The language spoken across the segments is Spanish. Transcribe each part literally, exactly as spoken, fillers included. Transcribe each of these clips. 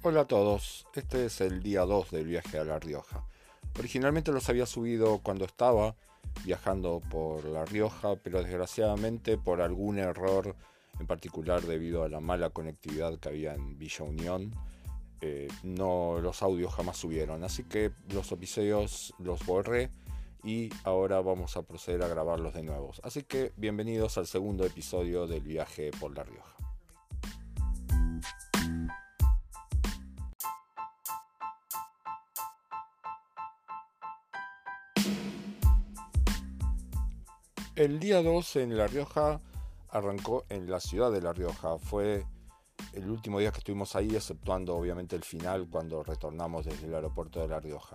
Hola a todos, este es el día dos del viaje a La Rioja. Originalmente los había subido cuando estaba viajando por La Rioja, pero desgraciadamente por algún error, en particular debido a la mala conectividad que había en Villa Unión, eh, no, los audios jamás subieron. Así que los episodios los borré y ahora vamos a proceder a grabarlos de nuevo. Así que bienvenidos al segundo episodio del viaje por La Rioja. El día dos en La Rioja arrancó en la ciudad de La Rioja. Fue el último día que estuvimos ahí, exceptuando obviamente el final cuando retornamos desde el aeropuerto de La Rioja.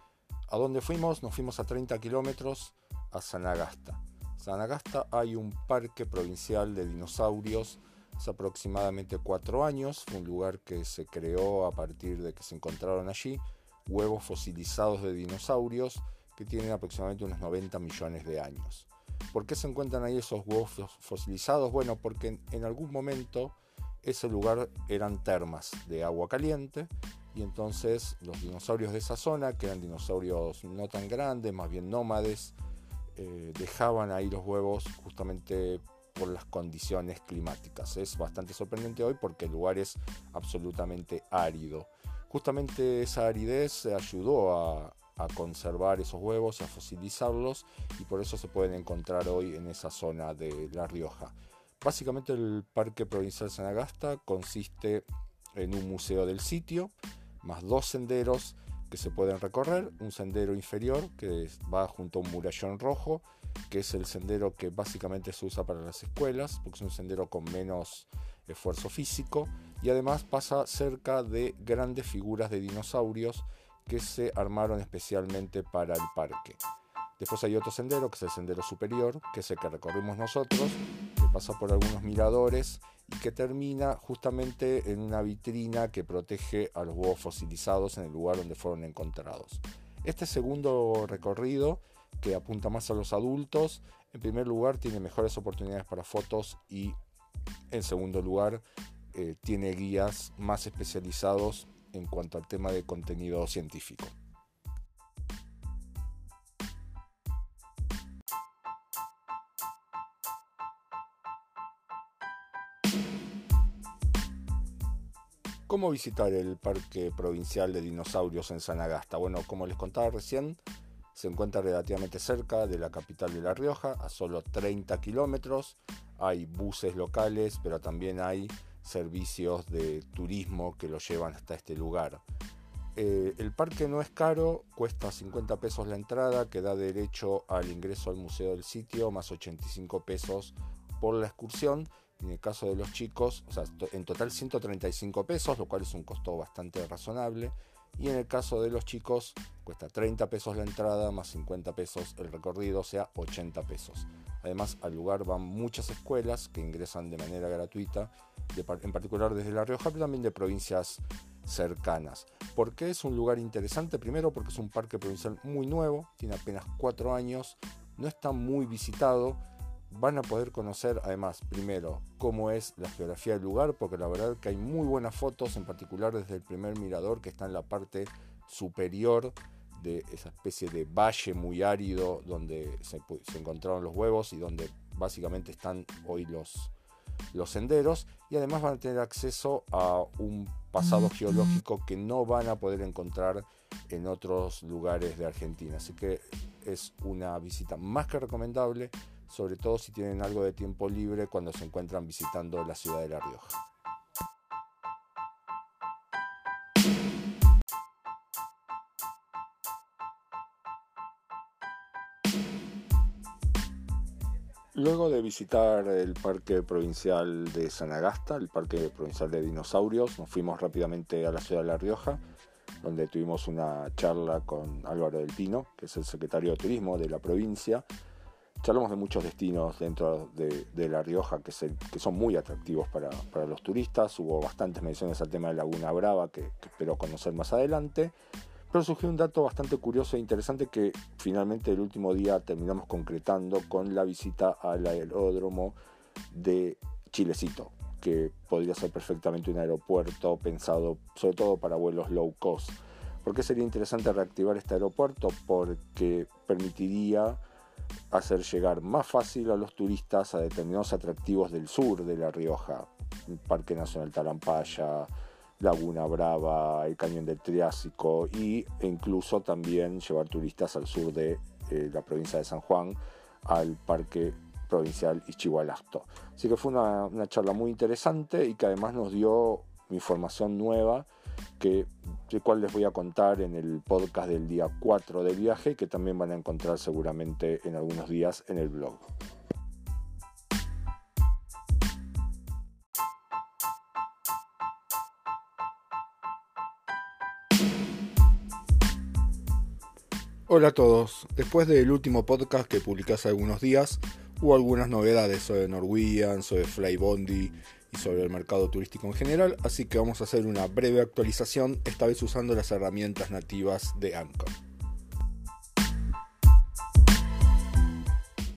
¿A dónde fuimos? Nos fuimos a treinta kilómetros a Sanagasta. Sanagasta hay un parque provincial de dinosaurios. Hace aproximadamente cuatro años. Fue un lugar que se creó a partir de que se encontraron allí huevos fosilizados de dinosaurios que tienen aproximadamente unos noventa millones de años. ¿Por qué se encuentran ahí esos huevos fosilizados? Bueno, porque en, en algún momento ese lugar eran termas de agua caliente y entonces los dinosaurios de esa zona, que eran dinosaurios no tan grandes, más bien nómades, eh, dejaban ahí los huevos justamente por las condiciones climáticas. Es bastante sorprendente hoy porque el lugar es absolutamente árido. Justamente esa aridez ayudó a a conservar esos huevos, a fosilizarlos, y por eso se pueden encontrar hoy en esa zona de La Rioja. Básicamente el Parque Provincial Sanagasta consiste en un museo del sitio, más dos senderos que se pueden recorrer, un sendero inferior que va junto a un murallón rojo, que es el sendero que básicamente se usa para las escuelas, porque es un sendero con menos esfuerzo físico, y además pasa cerca de grandes figuras de dinosaurios que se armaron especialmente para el parque. Después hay otro sendero, que es el sendero superior, que es el que recorrimos nosotros, que pasa por algunos miradores y que termina justamente en una vitrina que protege a los huevos fosilizados en el lugar donde fueron encontrados. Este segundo recorrido, que apunta más a los adultos, en primer lugar tiene mejores oportunidades para fotos y en segundo lugar eh, tiene guías más especializados en cuanto al tema de contenido científico. ¿Cómo visitar el Parque Provincial de Dinosaurios en Sanagasta? Bueno, como les contaba recién, se encuentra relativamente cerca de la capital de La Rioja, a solo treinta kilómetros. Hay buses locales, pero también hay servicios de turismo que lo llevan hasta este lugar. Eh, el parque no es caro, cuesta cincuenta pesos la entrada, que da derecho al ingreso al museo del sitio, más ochenta y cinco pesos por la excursión. En el caso de los chicos, o sea, en total ciento treinta y cinco pesos, lo cual es un costo bastante razonable. Y en el caso de los chicos, cuesta treinta pesos la entrada, más cincuenta pesos el recorrido, o sea, ochenta pesos. Además, al lugar van muchas escuelas que ingresan de manera gratuita, de, en particular desde La Rioja, pero también de provincias cercanas. ¿Por qué es un lugar interesante? Primero, porque es un parque provincial muy nuevo, tiene apenas cuatro años, no está muy visitado. Van a poder conocer además, primero, cómo es la geografía del lugar, porque la verdad que hay muy buenas fotos, en particular desde el primer mirador que está en la parte superior de esa especie de valle muy árido donde se, se encontraron los huevos y donde básicamente están hoy los, los senderos, y además van a tener acceso a un pasado geológico que no van a poder encontrar en otros lugares de Argentina. Así que es una visita más que recomendable, sobre todo si tienen algo de tiempo libre cuando se encuentran visitando la ciudad de La Rioja. Luego de visitar el Parque Provincial de Sanagasta, el Parque Provincial de Dinosaurios, nos fuimos rápidamente a la ciudad de La Rioja, donde tuvimos una charla con Álvaro del Pino, que es el secretario de Turismo de la provincia. Charlamos de muchos destinos dentro de, de La Rioja que, se, que son muy atractivos para, para los turistas. Hubo bastantes menciones al tema de Laguna Brava, que, que espero conocer más adelante. Pero surgió un dato bastante curioso e interesante que finalmente el último día terminamos concretando con la visita al aeródromo de Chilecito. que podría ser perfectamente un aeropuerto pensado sobre todo para vuelos low cost. ¿Por qué sería interesante reactivar este aeropuerto? Porque permitiría hacer llegar más fácil a los turistas a determinados atractivos del sur de La Rioja, el Parque Nacional Talampaya, Laguna Brava, el Cañón del Triásico, y, e incluso también llevar turistas al sur de eh, la provincia de San Juan, al Parque Provincial Ixchihualacto. Así que fue una, una charla muy interesante y que además nos dio información nueva, que, de cual les voy a contar en el podcast del día cuatro del viaje, que también van a encontrar seguramente en algunos días en el blog. Hola a todos. Después del último podcast que publiqué hace algunos días, hubo algunas novedades sobre Norwegian, sobre Flybondi y sobre el mercado turístico en general, así que vamos a hacer una breve actualización, esta vez usando las herramientas nativas de Anchor.